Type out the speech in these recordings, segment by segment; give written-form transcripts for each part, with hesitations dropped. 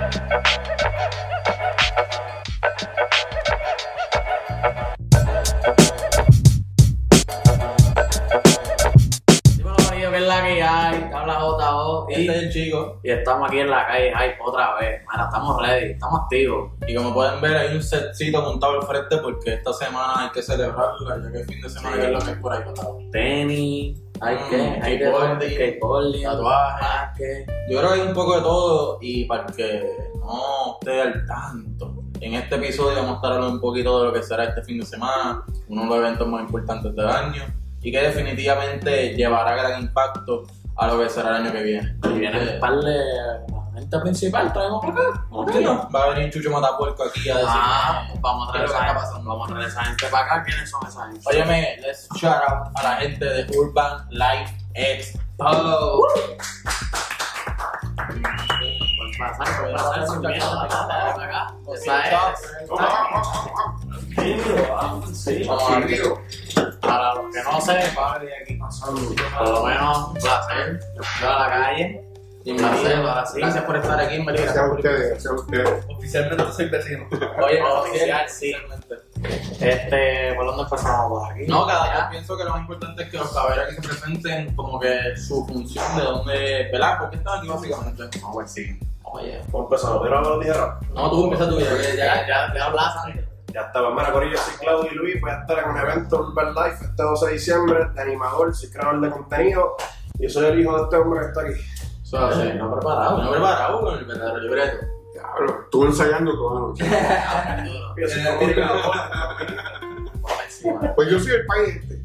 Y estamos aquí en la calle Hype otra vez. Mira, estamos ready, estamos activos. Y como pueden ver, hay un setcito montado al frente porque esta semana hay que celebrarla, ya que el fin de semana es lo que hay por ahí pasado. Tenis, hay skateboarding, tatuajes. Yo creo que hay un poco de todo, y para el que no esté al tanto, en este episodio vamos a estar hablando un poquito de lo que será este fin de semana, uno de los eventos más importantes del año y que definitivamente llevará gran impacto a lo que será el año que viene. Y viene el par de la gente principal, traemos para acá. Va a venir Chucho Matapuerco aquí a decir vamos a traer esa gente para acá. ¿Quiénes son esa gente? Óyeme, let's shout out a la gente de Urban Life Expo. Pasar sin miedo acá. Esa es. Para los que no sepan, por lo menos un placer. Yo a la calle. Gracias por estar aquí, María. Gracias a ustedes. Oficialmente soy vecino. Oye, oficial, sí. ¿Por dónde empezamos? ¿Por aquí? No, yo pienso que lo más importante es que los caballeros aquí se presenten como que su función, de dónde, ¿verdad? ¿Por qué están aquí básicamente? No, pues sí. Oye, ¿Cómo empezamos? ¿Pero los tierra? No, tú empieza tu vida. ya hablas antes. Ya está, pues mira, Corillo, soy Claudio y Luis, voy a estar en un evento Urban Life este 12 de diciembre, de animador, soy creador de contenido, y soy el hijo de este hombre que está aquí. No preparado con el verdadero libreto. Diablo, estuve ensayando toda la noche. Pues yo soy el país este.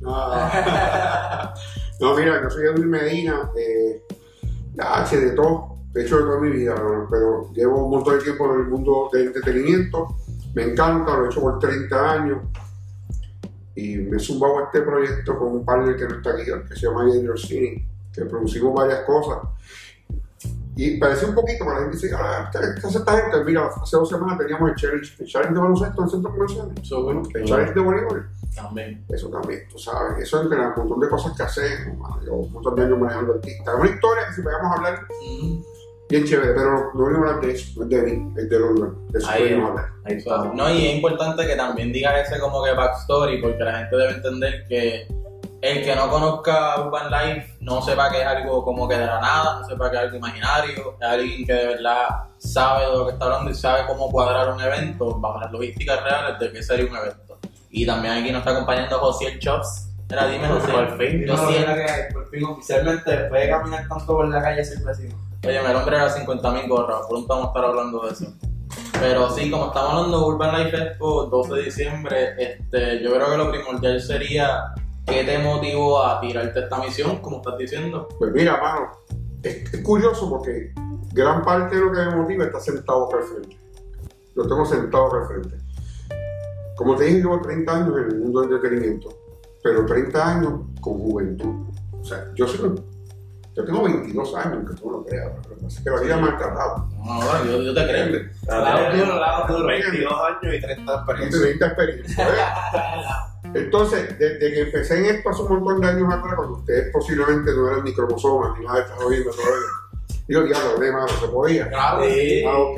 No, mira, yo soy Edwin Medina, de todo, he hecho de toda mi vida, pero llevo un montón de tiempo en el mundo del entretenimiento, me encanta, lo he hecho por 30 años y me he zumbado a este proyecto con un partner que no está aquí, que se llama Adrian Rossini, que producimos varias cosas. Y parece un poquito, para la gente dice, ¿qué hace esta gente? Mira, hace 2 semanas teníamos el challenge de baloncesto en el centro comercial. El challenge de voleibol. También. Eso también, tú sabes. Eso entre un montón de cosas que hacemos, man. Yo un montón de años manejando artistas. Es una historia que si vayamos a hablar, bien chévere, pero no venimos a hablar de eso, no es de mí, es de London. De eso venimos a hablar. Ahí está. No, y es importante que también digas ese como que backstory, porque la gente debe entender que el que no conozca Urban Life no sepa que es algo como que de la nada, no sepa que es algo imaginario, es alguien que de verdad sabe de lo que está hablando y sabe cómo cuadrar un evento bajo las logísticas reales de qué sería un evento. Y también aquí nos está acompañando Josiel Chops. Era, dime, Josiel. Por fin, oficialmente, después de caminar tanto por la calle, soy vecino. Oye, el hombre era 50,000 gorras, pronto vamos a estar hablando de eso. Pero sí, como estamos hablando de Urban Life Expo, 12 de diciembre, yo creo que lo primordial sería ¿qué te motivó a tirarte esta misión, como estás diciendo? Pues mira, mano, es curioso porque gran parte de lo que me motiva está sentado acá al frente. Lo tengo sentado acá al frente. Como te dije, llevo 30 años en el mundo del entretenimiento, pero 30 años con juventud. O sea, yo tengo 22 años, que tú no lo creas, pero pasa que la vida me ha tratado. No, yo te creo. Lado duro, 22 años y 30 experiencias. 30 experiencias. Entonces, desde que empecé en esto hace un montón de años atrás, cuando ustedes posiblemente no eran ni cromosomas ni nada de estas jodiendo todavía, digo, diablo, de más, se podía. Claro, sí. Ok.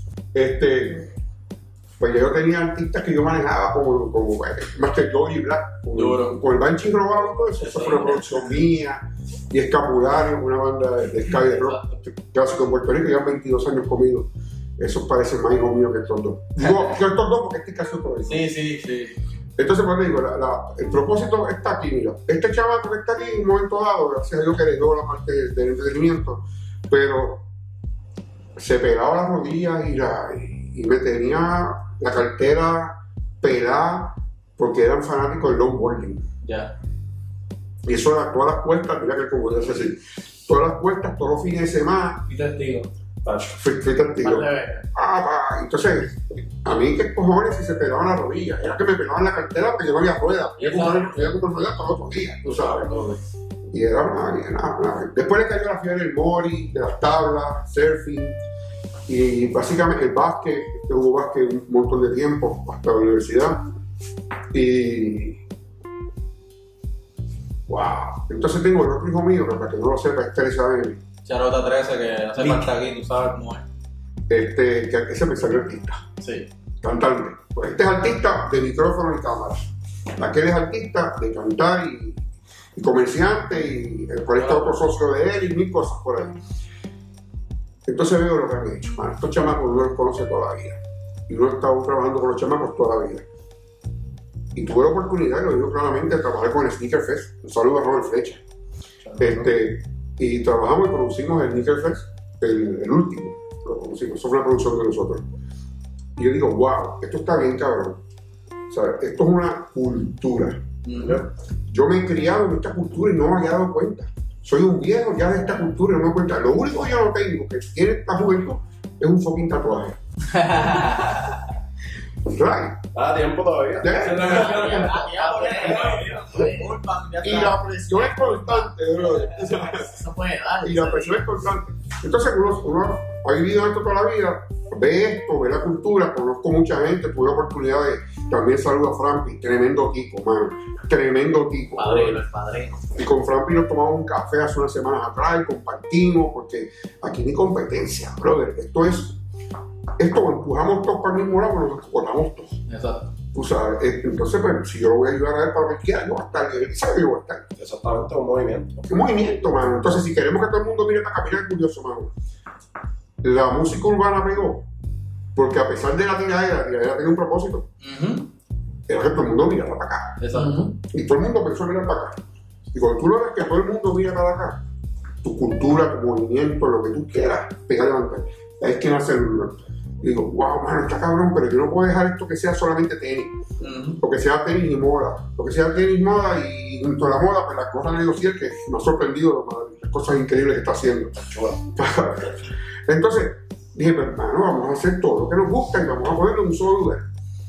Pues yo tenía artistas que yo manejaba como Master Joe y Black, con el Banshee Global y todo eso. Eso fue una producción mía, y Escapulario, una banda de Sky Rock clásico en Puerto Rico, llevan 22 años conmigo. Esos parecen más hijos míos que estos dos. No, que estos dos, porque este casi otro hijo. Sí. Entonces, pues digo, el propósito está aquí, mira. Este chaval que está aquí en un momento dado, gracias a Dios que le dio la parte del entretenimiento, pero se pelaba las rodillas y me tenía la cartera pelada porque eran fanáticos del longboarding. Ya. Y eso era todas las puertas, mira que como es así, todas las puertas, todos los fines de semana. Y testigo. Fui testigo. Entonces, a mí qué cojones si se pelaban las rodillas. Era que me pelaban la cartera porque yo no había ruedas. Yo iba a comprar ruedas para otro día, tú sabes. Y era una. Después le cayó la fiebre del mori, de las tablas, surfing. Y básicamente el básquet, hubo básquet un montón de tiempo hasta la universidad. Y. ¡Wow! Entonces tengo el otro hijo mío, que para que no lo sepa, es 13 años. Charota 13, que hace falta aquí, tú sabes cómo es. que ese me salió artista, Sí. cantante. Pues este es artista de micrófono y cámara. Aquel es artista de cantar y comerciante y por este otro socio de él y mil cosas por ahí. Entonces veo lo que han hecho. Man, estos chamacos uno los conoce toda la vida. Y uno ha estado trabajando con los chamacos toda la vida. Y tuve la oportunidad, lo digo claramente, de trabajar con el Sneaker Fest. Un saludo a Robert Flecha. Y trabajamos y producimos el Sneaker Fest, el último. Lo producimos. Eso fue una producción de nosotros. Y yo digo, wow, esto está bien cabrón. O sea, esto es una cultura. Yo me he criado en esta cultura y no me había dado cuenta. Soy un viejo ya de esta cultura y no me doy cuenta. Lo único que yo no tengo que tiene esta juventud es un fucking tatuaje. Right. Tiempo todavía. Y la presión es constante, brother. Eso puede dar. Y la presión es constante. Entonces uno ha vivido esto toda la vida, ve esto, ve la cultura, conozco mucha gente, tuve la oportunidad de también saludar a Frampi, tremendo tipo, man, tremendo tipo. Padrino, el padrino. Y con Frampi nos tomamos un café hace unas semanas atrás y compartimos, porque aquí no hay competencia, brother. Esto empujamos todos para el mismo lado, pero nos cortamos todos. Exacto. Tú sabes, entonces, pues, si yo lo voy a ayudar a él para lo que quiera, yo voy a estar, él sabe que yo voy a estar. Exactamente, un movimiento. ¿Qué movimiento, mano? Entonces, si queremos que todo el mundo mire esta capilla, es curioso, mano. La música urbana pegó, porque a pesar de la tiradera tiene un propósito. Era que todo el mundo mirara para acá. Exacto. Y todo el mundo pensó mirar para acá. Y cuando tú logras que todo el mundo mira para acá, tu cultura, tu movimiento, lo que tú quieras, pegar levantar, es que nace el urbano. Y digo, wow, mano, está cabrón, pero yo no puedo dejar esto que sea solamente tenis. O que sea tenis y moda. Lo que sea tenis, moda y junto a la moda, pues las cosas de negociar que me ha sorprendido las cosas increíbles que está haciendo. Entonces, dije, pues, hermano, vamos a hacer todo lo que nos gusta y vamos a ponerlo en un solo lugar.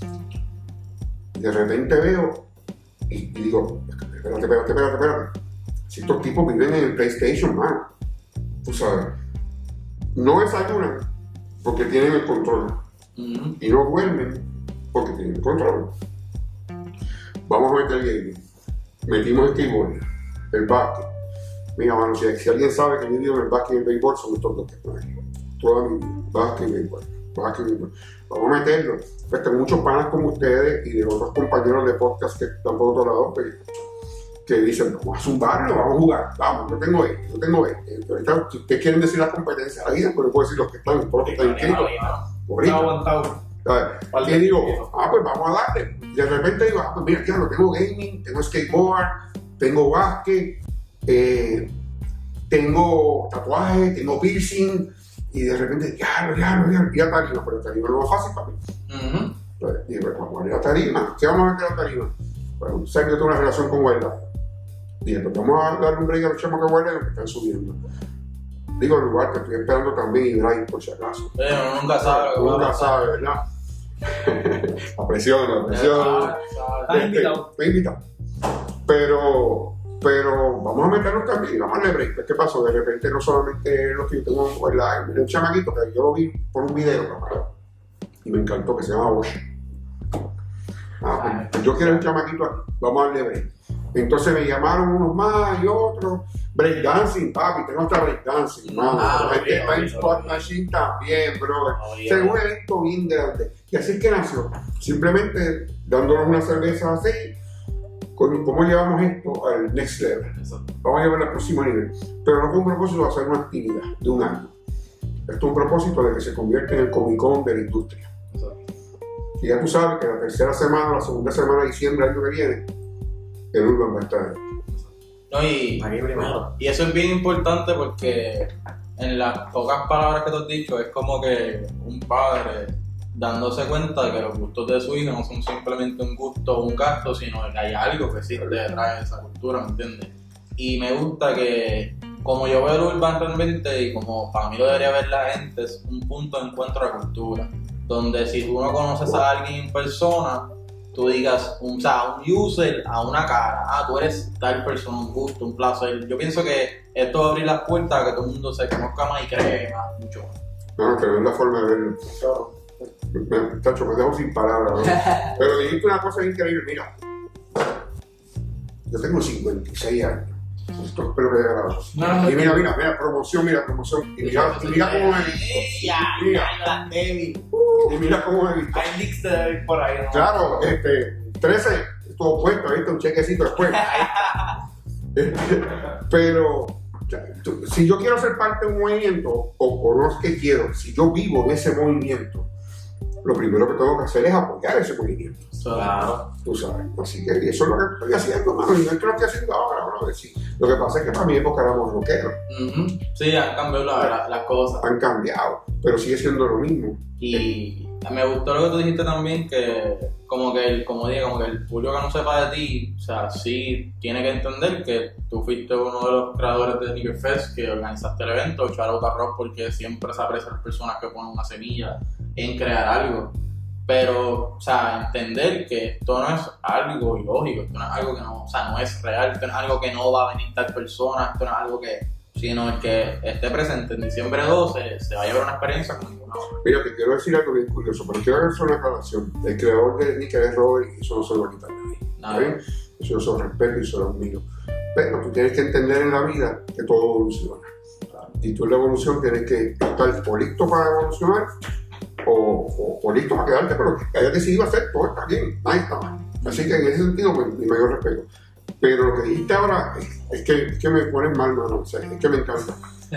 Y de repente veo y digo, espérate. Si estos tipos viven en el PlayStation, mano, tú sabes, no desayunan porque tienen el control y no duermen porque tienen el control. Vamos a meter el gaming. Metimos el keyboard, el básquet. Mira, mano, si alguien sabe que yo vivo en el básquet y el béisbol, son estos dos que están ahí. Toda mi vida, básquet y béisbol. Vamos a meterlo. Pues tengo muchos panas como ustedes y de otros compañeros de podcast que están por otro lado que dicen, vamos a zumbarlo, vamos a jugar, vamos, yo tengo este. Ahorita, si ustedes quieren decir las competencias de la vida, pues yo puedo decir los que están, todos los que están inscritos. Está aguantado. Y digo, pues vamos a darle. Y de repente digo, pues mira, claro, tengo gaming, tengo skateboard, tengo básquet, tengo tatuaje, tengo piercing, y de repente, ya tarima, pero tarima no es fácil para mí. Y pues vamos a ir a tarima. ¿Qué vamos a meter a tarima? Bueno, sé que yo tengo una relación con Huelga. Dije, pues vamos a darle un break a los chamos que Huelga y los que están subiendo. Digo, el lugar que estoy esperando también y Drive, por si acaso. Pero nunca sabe. Nunca sabe, ¿verdad? La presión. Está invitado. Pero vamos a meternos también, vamos a darle break. ¿Qué pasó? De repente no solamente lo que yo tengo en Huelga, un chamaquito que yo lo vi por un video, y me encantó, que se llama Bosch. Pues yo quiero un chamaquito aquí, vamos a darle break. Entonces me llamaron unos más y otros. Breakdancing, papi, tengo hasta breakdancing, mano. Este va en Spot Machine también, brother. Es un evento bien grande. Y así es que nació. Simplemente dándonos una cerveza así. ¿Cómo llevamos esto al next level? Vamos a llevarlo al próximo nivel. Pero no con un propósito de hacer una actividad de un año. Esto es un propósito de que se convierta en el Comic Con de la industria. Y ya tú sabes que la tercera semana, la segunda semana de diciembre del año que viene, el Urban va a estar ahí. No, Aquí primero. y eso es bien importante porque en las pocas palabras que te has dicho es como que un padre dándose cuenta de que los gustos de su hijo no son simplemente un gusto o un gasto, sino que hay algo que existe detrás de esa cultura, ¿me entiendes? Y me gusta que, como yo veo el Urban realmente, y como para mí lo debería ver la gente, es un punto de encuentro de cultura, donde si tú no conoces a alguien en persona, tú digas, un user a una cara, tú eres tal persona, un gusto, un placer. Yo pienso que esto va a abrir las puertas a que todo el mundo se conozca más y cree más, mucho más. No, tremenda forma de verlo. Tacho, me dejo sin palabras, ¿no? Pero dijiste una cosa increíble, mira. Yo tengo 56 años. Esto espero que haya grabado. No, Y mira, promoción. Y mira cómo me he visto. Y mira cómo me he visto. Hay leaks de David por ahí, ¿no? Claro, 13, estuvo puesto, ¿viste? Un chequecito después. Pero, si yo quiero ser parte de un movimiento, o no es que quiero, si yo vivo en ese movimiento, lo primero que tengo que hacer es apoyar ese movimiento. Claro. Tú sabes. Así que eso es lo que estoy haciendo, mano. Y no es que lo estoy haciendo ahora, bro. Sí. Lo que pasa es que para mi época éramos rockeros. Sí, han cambiado las cosas. Han cambiado, pero sigue siendo lo mismo. Y me gustó lo que tú dijiste también, que como que el público que no sepa de ti, o sea, sí tiene que entender que tú fuiste uno de los creadores de Sneaker Fest, que organizaste el evento, shout out a Rock, porque siempre se aprecian las personas que ponen una semilla en crear algo. Pero, o sea, entender que esto no es algo ilógico, esto no es algo que no, o sea, no es real, esto no es algo que no va a venir tal persona, esto no es algo que, sino el que esté presente en diciembre 12 se va a llevar una experiencia como ninguna otra. Mira, te quiero decir algo bien curioso, pero quiero hacer una aclaración. El creador de Sneaker es Robert y eso no se lo va a quitar nadie. ¿Está bien? Eso yo se lo respeto y se lo admiro. Pero tú tienes que entender en la vida que todo evoluciona. Y tú en la evolución tienes que estar o listo para evolucionar o listo para quedarte, pero que hayas decidido hacer todo está bien, nadie está mal. Así que en ese sentido, pues, mi mayor respeto. Pero lo que dijiste ahora es que me ponen mal, mano. O sea, es que me encanta.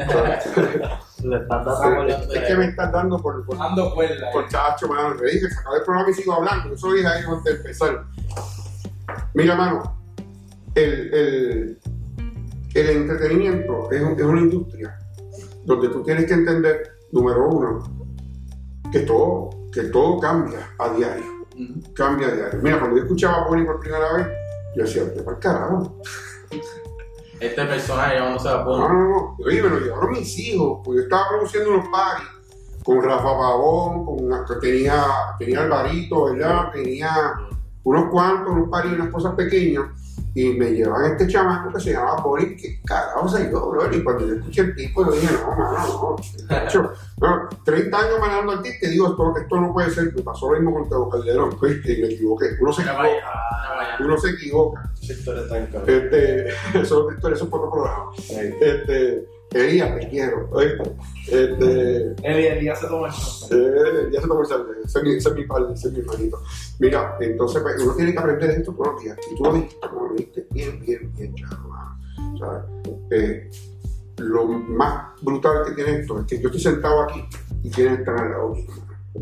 Le estás dando Es que me estás dando por Dando cuerda. por chacho, mano. Le dije que se acaba el programa y sigo hablando. Eso lo dije ahí antes de empezar. Mira, mano, el entretenimiento es una industria donde tú tienes que entender, número uno, que todo cambia a diario. Cambia a diario. Mira, cuando yo escuchaba a Bonnie por primera vez, yo decía, ¿qué para el carajo? Este personaje llamándose a Bonnie. No. Oye, me lo llevaron mis hijos, porque yo estaba produciendo unos parties con Rafa Pavón, tenía Alvarito, ¿verdad? Tenía unos parties, unas cosas pequeñas, y me llevaban este chamaco que se llamaba Bonnie, que carajo se yo, bro. Y cuando yo escuché el tipo, yo dije, no, mano, no. 30 años manejando al tipo, digo, esto no puede ser. Me pasó lo mismo con Teo Calderón, ¿viste? Y me equivoqué. Uno se equivoca. Esa historia está en cara. Eso es por otro programa. Elías, te quiero. Elías se toma el Ya se tomó el salve. Ese es mi padre, ese es mi hermanito. Mira, entonces pues, uno tiene que aprender esto todos los días. Y tú lo dijiste bien claro. ¿Sabes? Lo más brutal que tiene esto es que yo estoy sentado aquí y quieren estar al lado mío.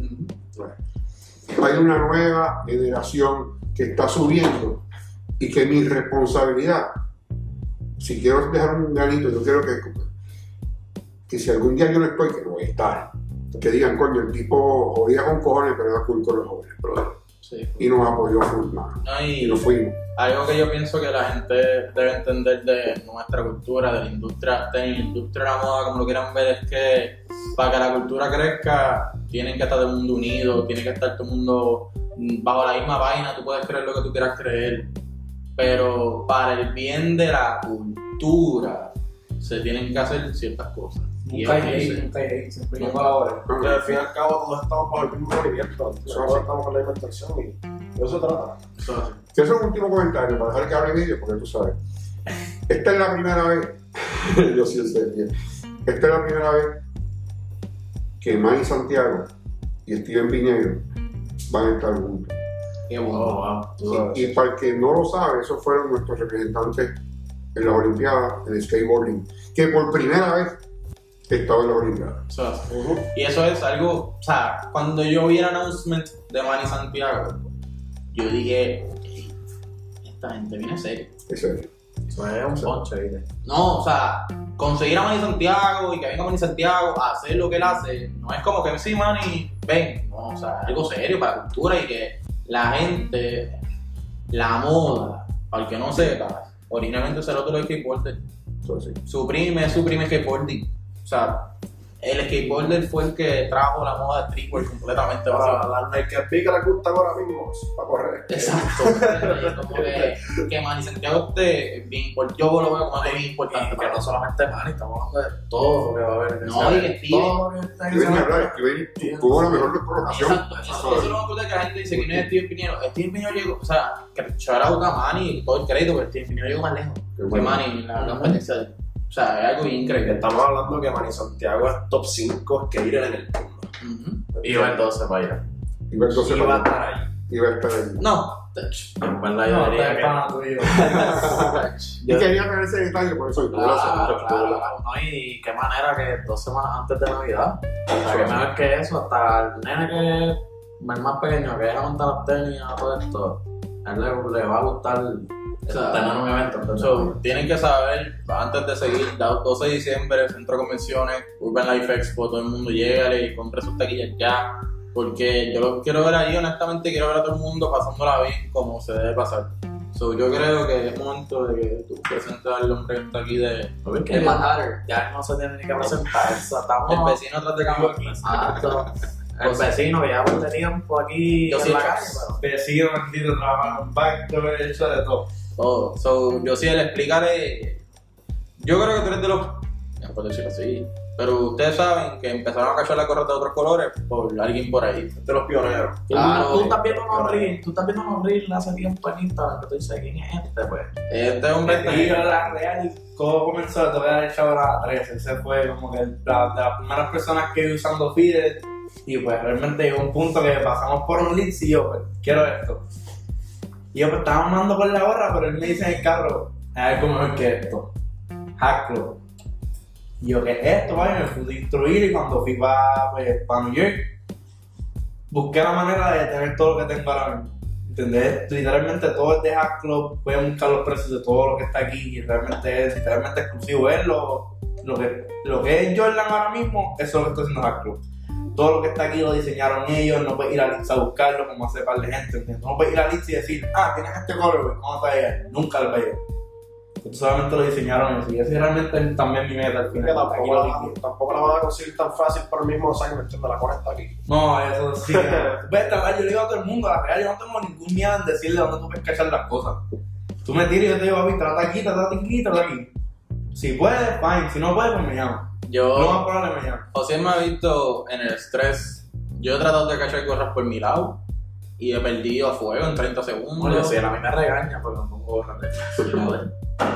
Hay una nueva generación que está subiendo y que mi responsabilidad, si quiero dejar un granito, yo quiero que si algún día yo no estoy, que no voy a estar, que digan, coño, el tipo jodía con cojones, pero era cool con los jóvenes, brother. Sí. Y nos apoyó full, mano. Y nos fuimos. Algo que yo pienso que la gente debe entender de nuestra cultura, de la industria de la moda, como lo quieran ver, es que para que la cultura crezca, tienen que estar todo el mundo unido, tiene que estar todo el mundo bajo la misma vaina. Tú puedes creer lo que tú quieras creer, pero para el bien de la cultura se tienen que hacer ciertas cosas. Nunca hay hate, siempre hay valores. Porque al fin y al cabo todos estamos por el mismo movimiento, todos estamos con la misma intención y de eso se trata. Quiero hacer un último comentario para dejar que hable medio, porque tú sabes. Esta es la primera vez, yo sí sé bien, esta es la primera vez que Manny Santiago y Steven Piñeiro van a estar juntos. Qué bueno. Y para el que no lo sabe, esos fueron nuestros representantes en las Olimpiadas, en el skateboarding, que por primera vez estaba en las Olimpiadas. Y eso es algo, o sea, cuando yo vi el announcement de Manny Santiago, yo dije, esta gente viene serio. Es serio. Eso es un ponche, ¿viste? No, o sea, conseguir a Manny Santiago y que venga Manny Santiago a hacer lo que él hace, no es como que sí, Manny, ven, no, o sea, algo serio para la cultura y que la gente, la moda, para el que no sepa, originalmente ese otro skateboarder. Su prime skateboarding. O sea, el skateboarder fue el que trajo la moda de streetwear completamente. Las Nike que le gustan ahora mismo para correr. Exacto. Como que Manny Santiago esté bien, yo lo veo como algo bien importante. Pero no solamente Manny, estamos hablando de todo lo que va a haber. No, y que Steven tuvo la mejor colocación. Exacto. Eso es lo que la gente dice, ¿quién es Steven Piñeiro? Steven Piñeiro llegó, o sea, que shout out a Manny y todo el crédito, pero Steven Piñeiro llegó más lejos. Que Manny, la competencia de... O sea, es algo increíble. Estamos hablando que Manny Santiago es top 5 skater en el mundo. Y va entonces para allá. Y va entonces Y va a para estar ahí. y va a estar ahí. No, En verdad yo diría que... Y quería ver ese detalle, por eso. Claro, no, y qué manera que 2 semanas antes de Navidad. O sea, que mejor que eso, hasta el nene que es más pequeño, que deja montar las tenis a todo esto, a él le va a gustar tener un evento. Entonces, tienen que saber, antes de seguir, 12 de diciembre, Centro de Convenciones, Urban Life Expo, todo el mundo llegale y compre sus taquillas ya. Porque yo lo quiero ver ahí, honestamente, quiero ver a todo el mundo pasándola bien como se debe pasar. So, yo creo que es momento de que tú presentes al hombre que está aquí de... el Manhattan ya no se tiene ni que presentar. Estamos El vecino atrás de cámara. Exacto. El vecino que ya por tiempo aquí Yo en sí, la calle, pero... Vecino, maldito, trabajando en banco, he hecho de todo. Todo. So, yo sí le explicaré. Yo creo que tú eres de los. No puedo decirlo así. Pero ustedes saben que empezaron a cachar la correa de otros colores por alguien por ahí. De los pioneros. Claro, Tú estás viendo unos reels hace tiempo en Instagram que tú dices, ¿quién es este? Pues Este hombre está Y ahí. la real, todo comenzó, te voy a dar el chavo a las 13. Ese fue como que de las primeras personas que iba usando feeder. Y pues realmente llegó un punto que pasamos por un leads y yo, pues, quiero esto. Y yo, pues, estaba mandando por la gorra, pero él me dice en el carro, hay algo mejor que esto. Hack Club. Y yo, ¿qué es esto? Vaya, me fui a instruir y cuando fui para New York, busqué la manera de tener todo lo que tengo ahora mismo. ¿Entendés? Literalmente todo es de Hack Club, voy a buscar los precios de todo lo que está aquí y realmente es literalmente exclusivo. Es lo que es Jordan ahora mismo, eso es lo que está haciendo Hack Club. Todo lo que está aquí lo diseñaron ellos, no puedes ir a Litz a buscarlo como hace par de gente, ¿entiendes? No puedes ir a Litz y decir, tienes este color, ¿cómo te va a llegar? Nunca lo va a llegar. Solamente lo diseñaron ellos y ese realmente es también mi meta al final. Tampoco la van a conseguir tan fácil por el mismo design, ¿entiendes? La cora está aquí. No, eso sí. Ves, trabajar, yo le digo a todo el mundo, la real, yo no tengo ningún miedo en decirle dónde tú puedes cachar las cosas. Tú me tiras y yo te digo, papi, trata aquí, trata aquí, trata aquí. Si puedes, fine. Si no puedes, pues me llamas. Yo, No más probable me llamas. José me ha visto en el estrés. Yo he tratado de cachar gorras por mi lado y he perdido a fuego en 30 segundos. Oye, si a mí me regaña porque no pongo gorras de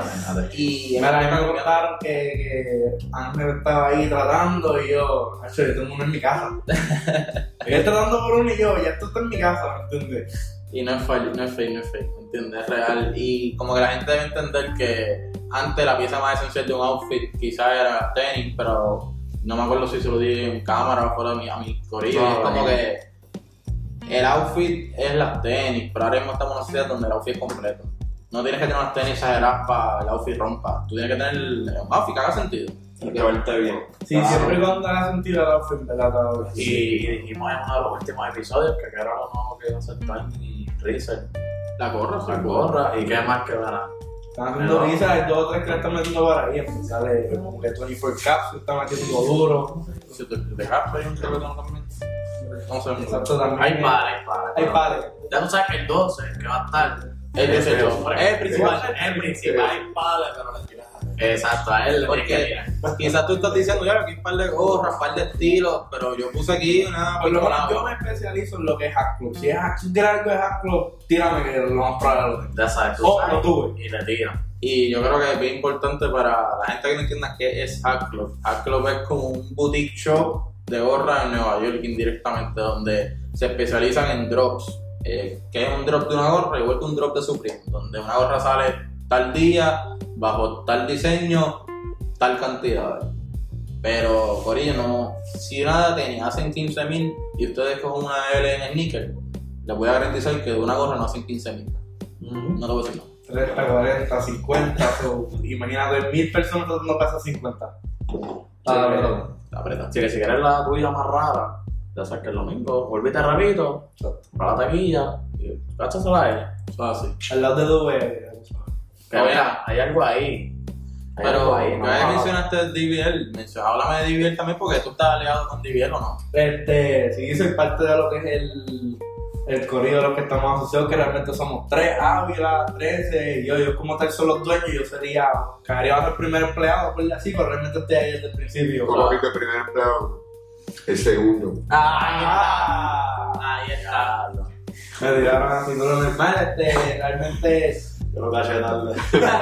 Y Mira, a mí me contaron que Ángel estaba ahí tratando y yo tengo uno en mi casa. Él tratando por uno y yo, ya esto está en mi casa, ¿me entiendes? Y no es fake, ¿entiendes? Es real. Y como que la gente debe entender que antes la pieza más esencial de un outfit quizás era tenis, pero no me acuerdo si se lo dije en cámara o fuera a mi corillo. No, es como no. que el outfit es las tenis, pero ahora mismo estamos en una sociedad donde el outfit es completo. No tienes que tener unas tenis exageradas para el outfit rompa. Tú tienes que tener un outfit que haga sentido. Y que verte bien. Sí, siempre y cuando haga sentido el outfit, ¿verdad? Y dijimos en uno de los últimos episodios que era lo nuevo que iba a hacer Tiny y Reeser. La gorra, La gorra. ¿Y qué más que verá? Están haciendo risas, hay 2 o 3 que le están metiendo por ahí. Sale como que 24 Caps, se está metiendo duro. Si te dejas hay un reggaetón también. No sé, Exacto, también. Hay Hay pares. Ya tú sabes que el 12, que va a estar. El 18. El principal. El principal. Hay padre, pero la tirada. Exacto, a él le tiene que tirar. Porque quizás tú estás diciendo, ya, aquí hay un par de gorras, un par de estilos, pero yo puse aquí una Por lo menos película. yo me especializo en lo que es Hack Club. Si tienes algo de Hack Club, tírame que lo más probable lo tengo. Ya sabes, tú Oh, sabes. lo tuve. Y le tira. Y yo creo que es bien importante para la gente que no entienda qué es Hack Club. Hack Club es como un boutique shop de gorras en Nueva York indirectamente, donde se especializan en drops. Que es un drop de una gorra igual que un drop de Supreme, donde una gorra sale tal día, bajo tal diseño, tal cantidad. Pero, corillo, no, si una de tenis hacen 15,000 y ustedes cogen una L en el níquel, les voy a garantizar que de una gorra no hacen 15,000. No te voy a decir no. 30, 40, 50. Imagínate 1000 personas tratando de pasar 50. Aprieta. Si que si quieres la tuya más rara, ya sabes que el domingo, volviste rapidito, para la taquilla y cáchasela a ella. Eso es así. Al lado de Dube. Que mira, hay algo ahí. Hay Pero, algo ahí, ¿qué mencionaste de DBL? Háblame de DBL también porque tú estás aliado con DBL o no. Sí, soy parte de lo que es el corrido de los que estamos asociados, que realmente somos 3, Ávila, 13, y yo como tal son los dueños, yo caería bajo el primer empleado, por así, pero realmente estoy ahí desde el principio. Como que el primer empleado, el segundo. Ahí está. Me tiraron a título normal, realmente Yo lo caché tarde.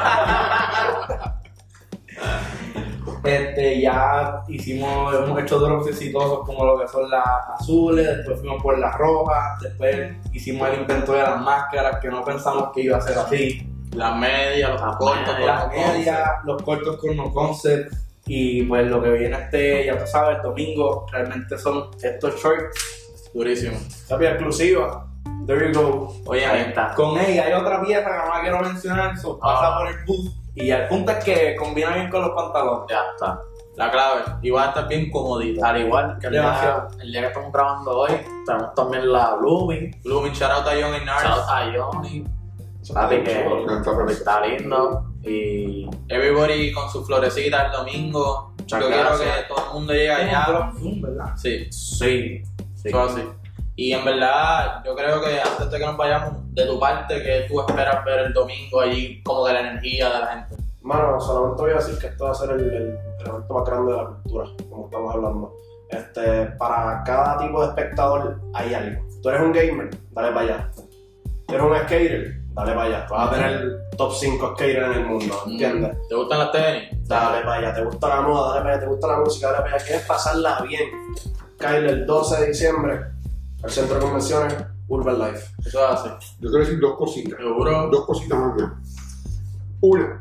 ya hemos hecho drops exitosos como lo que son las azules, después fuimos por las rojas, después hicimos el invento de las máscaras que no pensamos que iba a ser así. Las medias, los cortos, Las medias, los cortos con no concept y pues lo que viene ya tú sabes, el domingo realmente son estos shorts durísimo. Papi, exclusiva. There you go. Oye, Ahí está. con ella. Hay otra pieza que no la quiero mencionar, pasa por el booth y el punto es que combina bien con los pantalones. Ya está. la clave. Y va a estar bien comodita. Al igual que el día que estamos grabando hoy, tenemos también la Blooming. Blooming, shout out a John y Nars. Shout a Johnny. Papi, que está lindo. Y Everybody con su florecita el domingo. Muchas Yo quiero gracias. que todo el mundo llegue allá. ¿Verdad? Sí, sí. eso así. Y en verdad, yo creo que antes de que nos vayamos, de tu parte, que tú esperas ver el domingo allí, como de la energía de la gente. Mano, solamente voy a decir que esto va a ser el evento más grande de la cultura, como estamos hablando. Para cada tipo de espectador hay algo. Tú eres un gamer, dale para allá. Tú eres un skater, dale para allá. Vas a tener el top 5 skaters en el mundo, ¿entiendes? ¿Te gustan las tenis? Dale para allá. ¿Te gusta la moda? Dale para allá. ¿Te gusta la música? Dale para allá. ¿Quieres pasarla bien? Kyle, el 12 de diciembre, al Centro de Convenciones, Urban Life. Eso es así. Yo quiero decir dos cositas. Seguro. Dos cositas más bien. Una,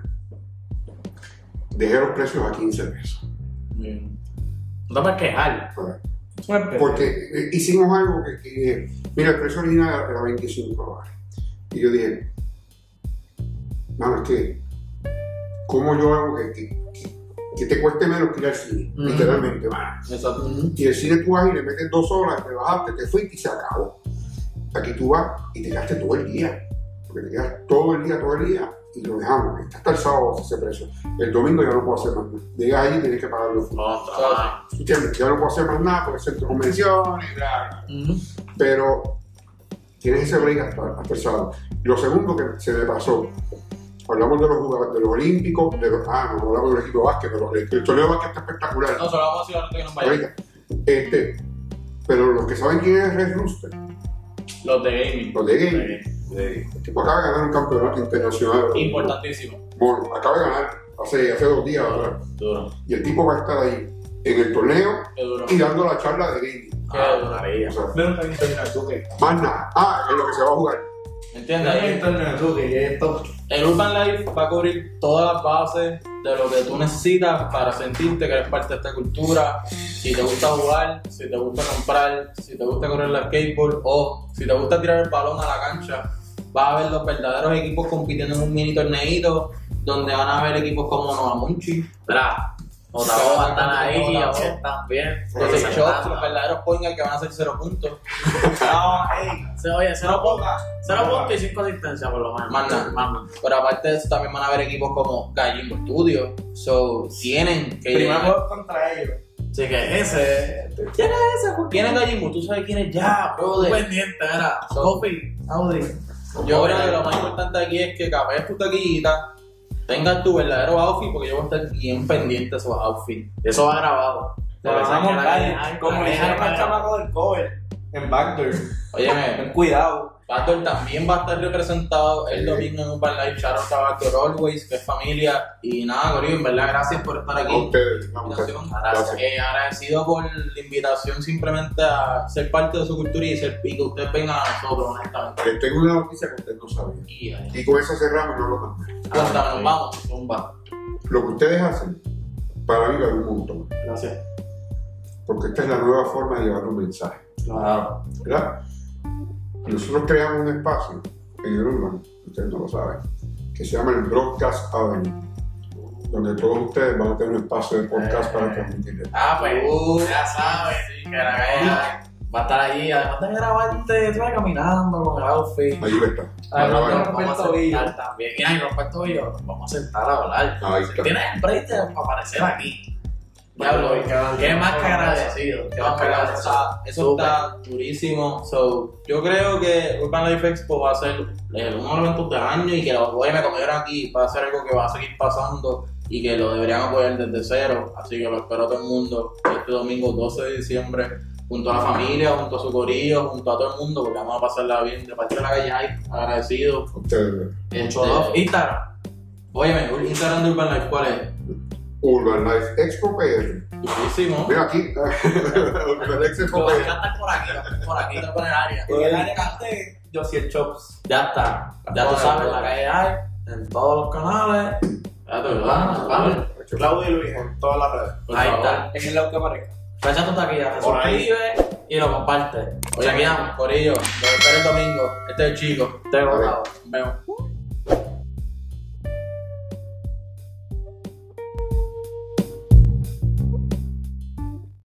dejé los precios a 15 pesos. no te puedes quejar. Porque hicimos algo que mira, el precio original era $25. Y yo dije, mano, es que, ¿cómo yo hago que te cueste menos que ir al cine? Literalmente, mano. Exacto. Y el cine tú vas y le metes 2 horas, te bajaste, te fuiste y se acabó. Aquí tú vas y te quedaste todo el día. Porque te quedas todo el día y lo dejamos. Está hasta el sábado ese precio. El domingo ya no puedo hacer más nada. Llegas ahí y tienes que pagar los fondos. ¿Entiendes? Ya no puedo hacer más nada porque el centro de convenciones y bla. Pero tienes ese break hasta el sábado. Y lo segundo que se me pasó, hablamos de los jugadores, de los olímpicos, no hablamos del equipo de básquet, pero el torneo de básquet está espectacular. No, solo vamos a decir ahorita que nos vayamos. Ahorita. Pero los que saben quién es Red Rooster, Los de gaming. los de gaming, el tipo acaba de ganar un campeonato internacional. Importantísimo. Bueno, acaba de ganar hace 2 días atrás. Duro. Y el tipo va a estar ahí en el torneo Qué duro. y dando la charla de gaming. Qué duro. maravilla. O sea, Ven también terminar tú que. más nada. Es lo que se va a jugar. ¿Me entiendes? Ahí Terminar tú que esto. el Urban Life va a cubrir todas las bases de lo que tú necesitas para sentirte que eres parte de esta cultura. Si te gusta jugar, si te gusta comprar, si te gusta correr la skateboard o si te gusta tirar el balón a la cancha, vas a ver los verdaderos equipos compitiendo en un mini torneito donde van a haber equipos como Novamunchi, Verá, Otavo va a estar ahí, Otavo también. los shots, los verdaderos point guard que van a hacer 0 puntos. Oye, 0 puntos y 5 asistencias por lo menos. Más nada. Pero aparte de eso también van a haber equipos como Gallimbo Studio. So, tienen que Primero juego contra ellos. Así que ese. ¿Quién es ese? Tienen Gallimbo, tú sabes quién es ya, brother. Pendiente, era. Kofi, Audi. Yo creo que lo más importante aquí es que capes tu taquillita, tengas tu verdadero outfit, porque yo voy a estar bien pendiente de esos outfits. Eso va grabado. Vamos como le hicieron al chamaco del cover en Backdoor. Óyeme, Ten cuidado. Backdoor también va a estar representado el domingo en Urban Life. Shout out a Backdoor Always, que es familia. Y nada, Corillo, en verdad, gracias por estar A aquí. ustedes. A ustedes. Gracias. Agradecido por la invitación simplemente a ser parte de su cultura y que ustedes vengan a nosotros, honestamente. Les tengo una noticia que ustedes no sabían. Y Y con eso cerramos y no lo mandé. cuéntame, nos vamos, zumba. Lo que ustedes hacen, para mí vale un montón. Gracias. Porque esta es la nueva forma de llevar un mensaje. Claro. ¿Verdad? Nosotros creamos un espacio en el Urban, ustedes no lo saben, que se llama el Broadcast Avenue, donde todos ustedes van a tener un espacio de podcast para transmitir. Pues, ya sabes, que la galla va a estar allí. Además de grabarte, tú vas caminando con el outfit. Ahí está. Además, Ahí va. Vamos a sentar también. Y ahí, romper tobillo, vamos a sentar a hablar. Ahí está. Tienes el break para aparecer aquí. Diablo, qué más que agradecido. Qué más que agradecido. Eso está durísimo. So, yo creo que Urban Life Expo va a ser uno de los eventos del año y que los me comieron aquí va a ser algo que va a seguir pasando y que lo deberían apoyar desde cero. Así que lo espero a todo el mundo este domingo 12 de diciembre, junto a la familia, junto a su corillo, junto a todo el mundo, porque vamos a pasarla bien de parte de la calle Hype, agradecido. Ustedes. Instagram. Óyeme, Instagram de Urban Life, ¿cuál es? Urban Life Expo PR. Durísimo. Mira aquí. Urban Life Expo Lo voy a PR. cantar por aquí, no por el área. En el área cante Josiel Chops. Ya está. Ya tú sabes, la calle hay, en todos los canales. Ya te vale. Claudio y Luis en todas las redes. Por Ahí favor. está. En el lado que aparezca. Fecha tu taquilla, te Por ahí. suscribes y lo compartes. Oye, Chequeamos. Corillo, los espero el domingo. Este es el chico. Te he Vale. gustado. Nos vemos.